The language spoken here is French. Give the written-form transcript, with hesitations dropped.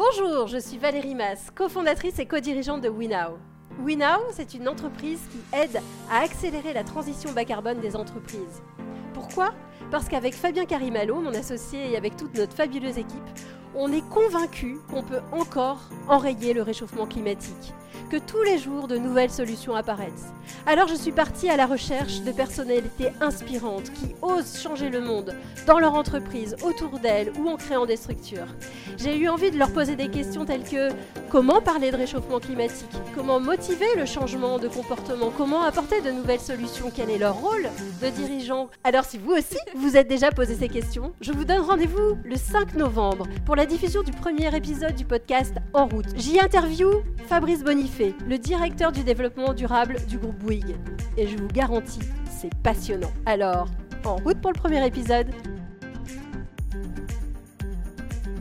Bonjour, je suis Valérie Mas, cofondatrice et co-dirigeante de WeNow. WeNow, c'est une entreprise qui aide à accélérer la transition bas carbone des entreprises. Pourquoi ? Parce qu'avec Fabien Carimalo, mon associé, et avec toute notre fabuleuse équipe, on est convaincus qu'on peut encore enrayer le réchauffement climatique, que tous les jours de nouvelles solutions apparaissent. Alors je suis partie à la recherche de personnalités inspirantes qui osent changer le monde dans leur entreprise, autour d'elles ou en créant des structures. J'ai eu envie de leur poser des questions telles que comment parler de réchauffement climatique, comment motiver le changement de comportement, comment apporter de nouvelles solutions, quel est leur rôle de dirigeant. Alors si vous aussi vous êtes déjà posé ces questions, je vous donne rendez-vous le 5 novembre pour la diffusion du premier épisode du podcast En route. J'y interview Fabrice Bonifay, le directeur du développement durable du groupe Bouygues. Et je vous garantis, c'est passionnant. Alors, en route pour le premier épisode.